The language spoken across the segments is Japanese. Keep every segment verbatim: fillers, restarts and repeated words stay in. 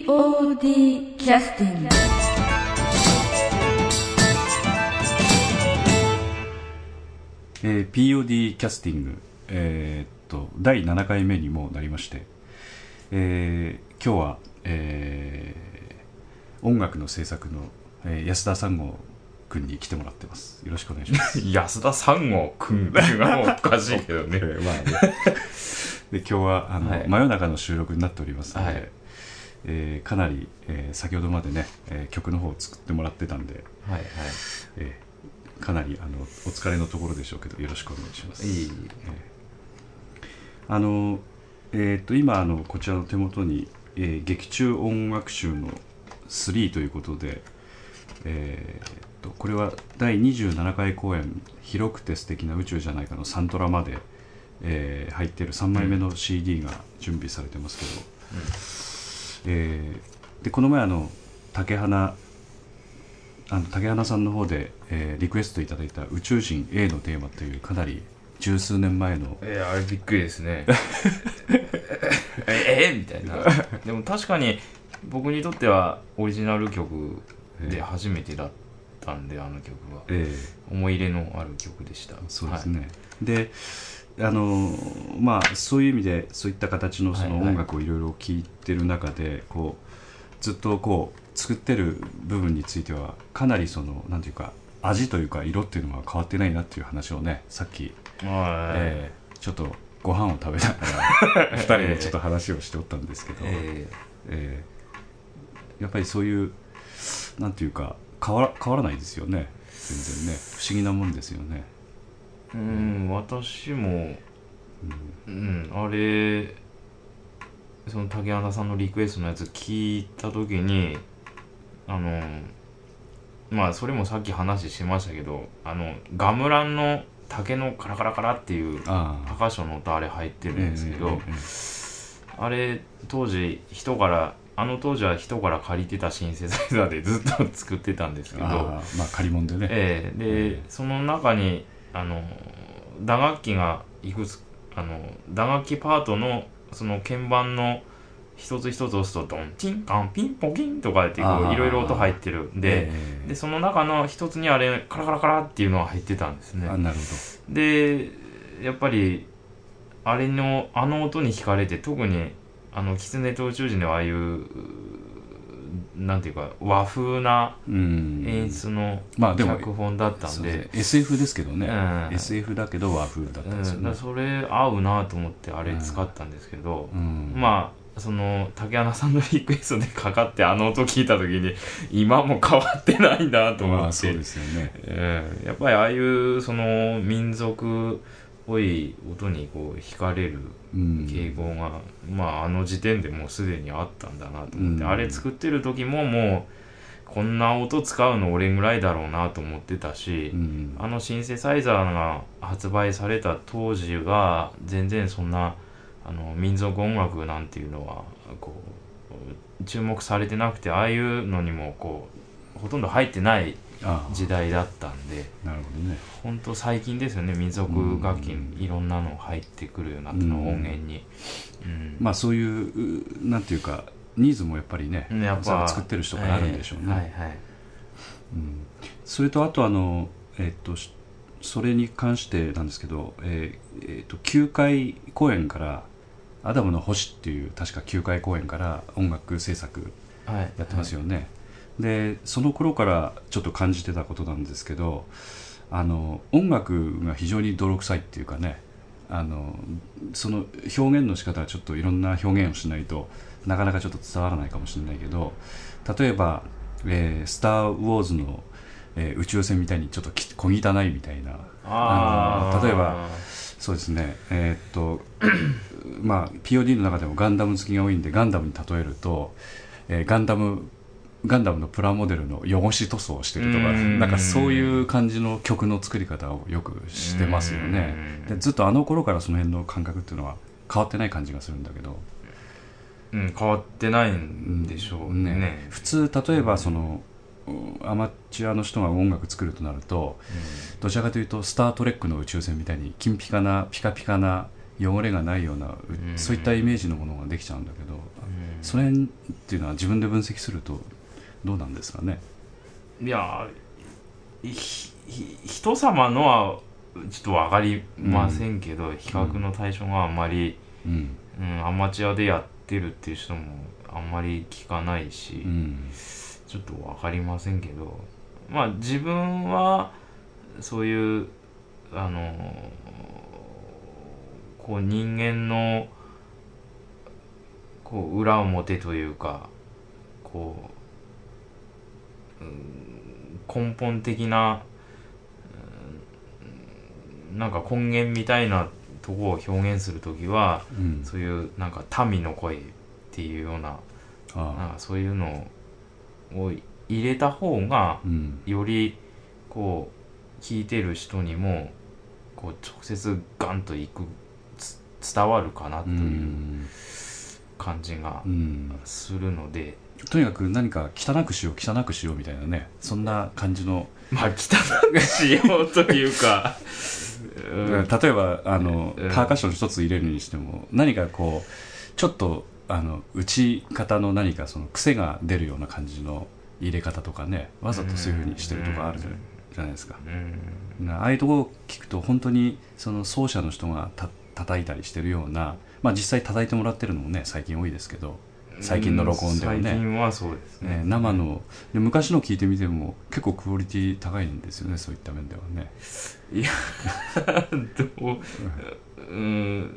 オーディー キャスティング、 えー、ピーオーディー キャスティング、えー、っとだいななかいめにもなりまして、えー、今日は、えー、音楽の制作の、えー、安田三郷くんに来てもらってます。よろしくお願いします安田三郷くんっていうのはもうおかしいけどね、 まあねで今日はあの、はい、真夜中の収録になっておりますので、はい、えー、かなり、えー、先ほどまでね、えー、曲の方を作ってもらってたんで、はいはい、えー、かなりあのお疲れのところでしょうけどよろしくお願いします。いい、えー、あのえー、っと今あのこちらの手元に、えー、劇中音楽集のスリーということで、えー、っとこれはだいにじゅうななかい公演広くて素敵な宇宙じゃないかのサントラまで、えー、入っているさんまいめの シーディー が準備されてますけど、うん、えー、でこの前あの竹花あの竹花さんの方で、えー、リクエストいただいた宇宙人 A のテーマというかなり十数年前の、 えー、あれびっくりですねええみたいな。でも確かに僕にとってはオリジナル曲で初めてだったんで、えー、あの曲は、えー、思い入れのある曲でした。 そうですね、はい、であのまあそういう意味でそういった形のその音楽をいろいろ聴いてる中で、はいはい、こうずっとこう作ってる部分についてはかなりそのなんていうか味というか色っていうのは変わってないなっていう話をねさっき、えー、ちょっとご飯を食べながらふたりでちょっと話をしておったんですけど、えーえー、やっぱりそういうなんていうか変わら、変わらないですよね。全然ね不思議なもんですよね。 うん、私も、うん、あれその竹花さんのリクエストのやつ聞いた時にあのまあそれもさっき話しましたけど、あのガムランの竹のカラカラカラっていうパーカッションの音あれ入ってるんですけど、あ, あれ当時人からあの当時は人から借りてたシンセサイザーでずっと作ってたんですけど、 あまあ借り物でね、 えー、で、えー、その中にあの打楽器がいくつあの打楽器パートのその鍵盤の一つ一つ押すとドンチンカンピンポキンとかっていろいろ音入ってるんで、えー、でその中の一つにあれカラカラカラっていうのが入ってたんですね。 あ、なるほど。でやっぱりあれのあの音に惹かれて、特にあの狐と宇宙人ではああいうなんていうか和風な演出の脚本だったんで、まあ、でね、エスエフ ですけどね、うん、エスエフ だけど和風だったんですよね、 うん、だそれ合うなと思ってあれ使ったんですけど、うんうん、まあその竹花さんのリクエストでかかってあの音聞いた時に今も変わってないんだと思って、まあ、そうですよね、えー、やっぱりああいうその民族っぽい音にこう惹かれる傾向が、うん、まああの時点でもうすでにあったんだなと思って、うん、あれ作ってる時ももうこんな音使うの俺ぐらいだろうなと思ってたし、うん、あのシンセサイザーが発売された当時が全然そんなあの民族音楽なんていうのはこう注目されてなくて、ああいうのにもこうほとんど入ってない時代だったんで、 なるほどね、 本当最近ですよね、民族楽器にいろんなの入ってくるようになったの、音源に、 うん、まあそういうなんていうかニーズもやっぱりね、やっぱ作ってる人からあるんでしょうね、えーはいはい、うん、それとあとあのえっとそれに関してなんですけど、えーえー、ときゅうかい公演からアダムの星っていう確かきゅうかい公演から音楽制作やってますよね、はいはい、でその頃からちょっと感じてたことなんですけど、あの音楽が非常に泥臭いっていうかね、あのその表現の仕方はちょっといろんな表現をしないとなかなかちょっと伝わらないかもしれないけど、例えば、えー、スター・ウォーズの、えー、宇宙船みたいにちょっと小汚いみたいな、あの例えばそうですね、えー、っとまあ ピーオーディー の中でもガンダム好きが多いんでガンダムに例えると、えー、ガンダムガンダムのプラモデルの汚し塗装をしてるとか、んなんかそういう感じの曲の作り方をよくしてますよね。でずっとあの頃からその辺の感覚っていうのは変わってない感じがするんだけど、 うん、変わってないんでしょうね。ね普通例えばそのアマチュアの人が音楽作るとなると、うん、どちらかというとスタートレックの宇宙船みたいに金ピカなピカピカな汚れがないような、うん、そういったイメージのものができちゃうんだけど、 それっていうのは自分で分析するとどうなんですかね。 いやひ人様のはちょっと分かりませんけど、うん、比較の対象があんまり、うんうん、アマチュアでやってるっていう人もあんまり聞かないし、うん、ちょっと分かりませんけど、まあ自分はそういうあのこう人間のこう裏表というかこう、うん、根本的な、うん、なんか根源みたいなとこを表現するときは、うん、そういうなんか民の声っていうような、ああなんかそういうのを入れた方が、うん、よりこう聞いてる人にもこう直接ガンといく伝わるかなという感じがするので、 うん、とにかく何か汚くしよう汚くしようみたいなね、そんな感じの、 まあ汚くしようというか例えばあの、うん、パーカッション一つ入れるにしても何かこうちょっとあの打ち方の何かその癖が出るような感じの入れ方とかね、わざとそういう風にしてるとこあるじゃない、じゃないですか、うん、ああいうとこを聞くと本当にその奏者の人がた叩いたりしてるような、まあ実際叩いてもらってるのもね最近多いですけど、最近の録音ではね、 最近はそうですね、 ね生ので昔の聞いてみても結構クオリティ高いんですよね、そういった面ではね。 いやどう、うん、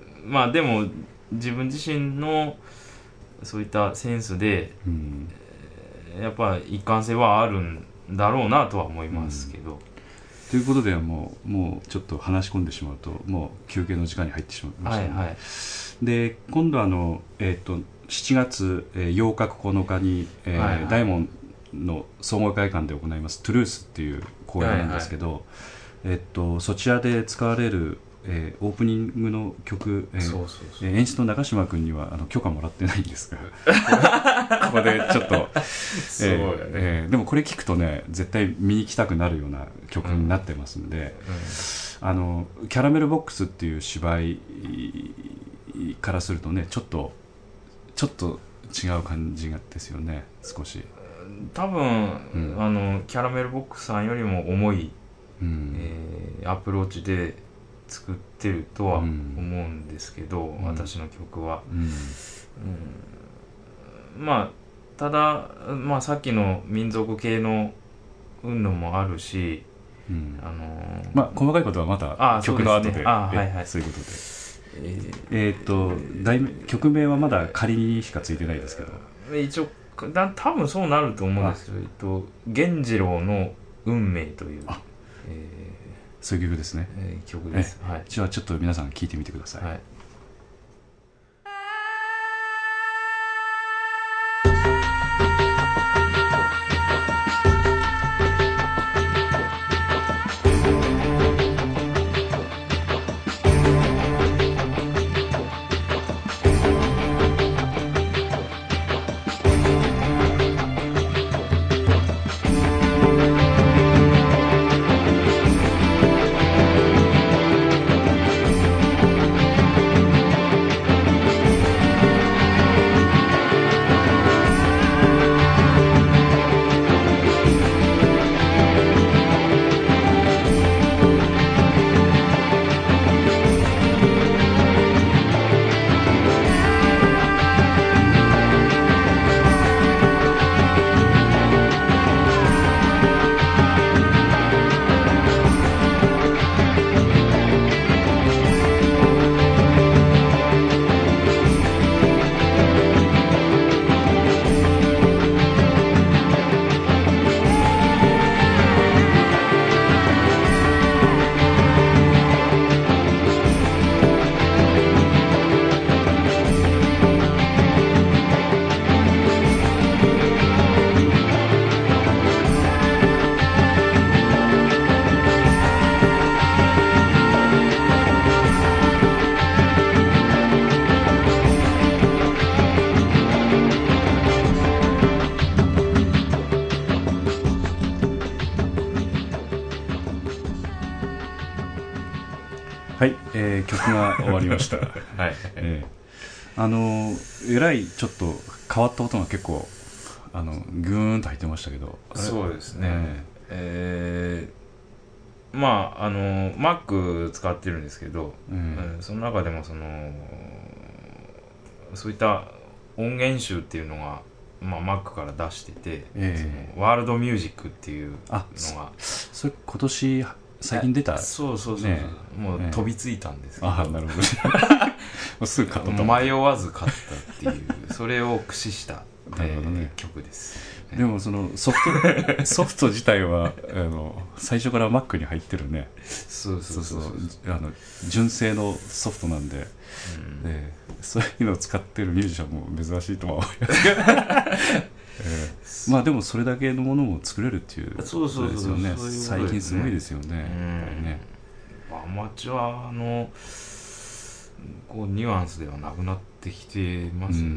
まあでも自分自身のそういったセンスで、うん、やっぱ一貫性はあるんだろうなとは思いますけど、うん、 ということではもう、もうちょっと話し込んでしまうともう休憩の時間に入ってしまいました、ね、はいはい、で今度あの、えー、としちがつようかここのかに、えーはいはい、大門の総合会館で行いますトゥルースっていう公演なんですけど、はいはい、えっと、そちらで使われる、えー、オープニングの曲、えー、そうそうそう、演出の中島君にはあの許可もらってないんですがここでちょっとそうだね、えー、でもこれ聞くとね絶対見に来たくなるような曲になってますんで、うんうん、あのキャラメルボックスっていう芝居からするとねちょっとちょっと違う感じがですよね、少し多分、うん、あのキャラメルボックスさんよりも重い、うん、えー、アプローチで作ってるとは思うんですけど、うん、私の曲は、うんうん、まあただ、まあ、さっきの民族系の運動もあるし、うん、あのー、 まあ細かいことはまた曲の後で、あ、そうですね、あ、はいはい、そういうことで、えー、えー、っと題名曲名はまだ仮にしかついてないですけど、 一応だ多分そうなると思うんですよ。えっと源次郎の運命という、えー、 そういう曲ですね、 えー、曲です、はい、 じゃあちょっと皆さん聴いてみてください、はい。はい、えー、曲が終わりました、はい、えー、 あのえらいちょっと変わった音が結構あのグーンと入ってましたけど。 そうですね、えーえー、まああの Mac 使ってるんですけど、うん、その中でもそのそういった音源集っていうのが、まあ、Mac から出してて、えー、そのワールドミュージックっていうのがそれ今年最近出た、 そうそうそう、ね、もう飛びついたんですけど、 ああなるほどもうすぐ買った迷わず買ったっていうそれを駆使したなるほど、ね、えー、曲です。 でもそのソフトソフト自体はあの最初から Mac に入ってるね。 そうそうそうそう、 あの純正のソフトなんで、うん、でそういうのを使ってるミュージシャンも珍しいとは思いますけど、えー、まあでもそれだけのものも作れるっていうことですよね。最近すごいですよね。やっぱりね。 アマチュアのこうニュアンスではなくなってきてますよね。うん、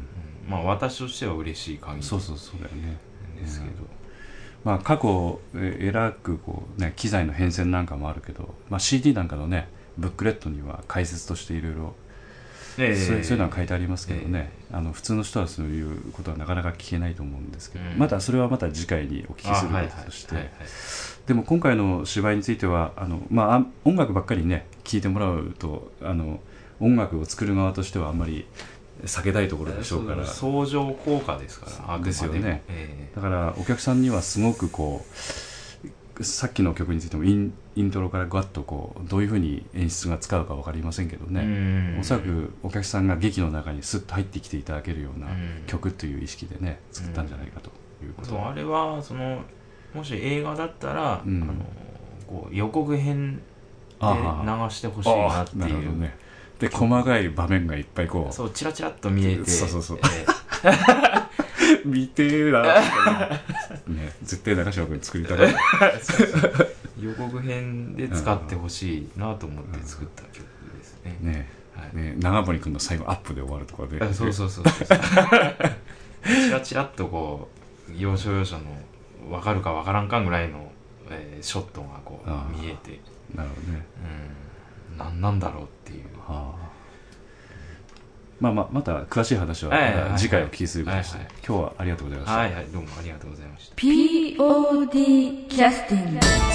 まあ私としては嬉しい限りそうそうそうだよねですけど、 まあ過去えらくこうね機材の変遷なんかもあるけど、まあ シーディー なんかのねブックレットには解説としていろいろそういうのは書いてありますけどね、えー、あの普通の人はそういうことはなかなか聞けないと思うんですけど、うん、またそれはまた次回にお聞きすることとして、でも今回の芝居についてはあの、まあ、音楽ばっかりね聴いてもらうとあの音楽を作る側としてはあんまり避けたいところでしょうから、 相乗効果ですからですよね、えー、だからお客さんにはすごくこうさっきの曲についてもイン、イントロからガッとこうどういうふうに演出が使うか分かりませんけどね、おそらくお客さんが劇の中にスッと入ってきていただけるような曲という意識でね作ったんじゃないかということで、 そうあれはそのもし映画だったら、うん、あのこう予告編で流してほしいなっていう、なるほどね。 で細かい場面がいっぱいこうそうチラチラっと見えて、 そうそうそう、えー、見てーなってね、絶対中島君作りたかったそうそう予告編で使ってほしいなと思って作った曲ですね。 ねえ、はい、ね、長森君の最後アップで終わるとかで、 そうそうそうそうチラチラっとこう要所要所の分かるか分からんかぐらいの、えー、ショットがこう見えて、 なるほどね、 うん、何なんだろうっていう、はあ、 まあまあまた詳しい話はまた次回お聞きすることにして、はいはい、今日はありがとうございました。 はいはい、どうもありがとうございました。 ピーオーディー キャスティング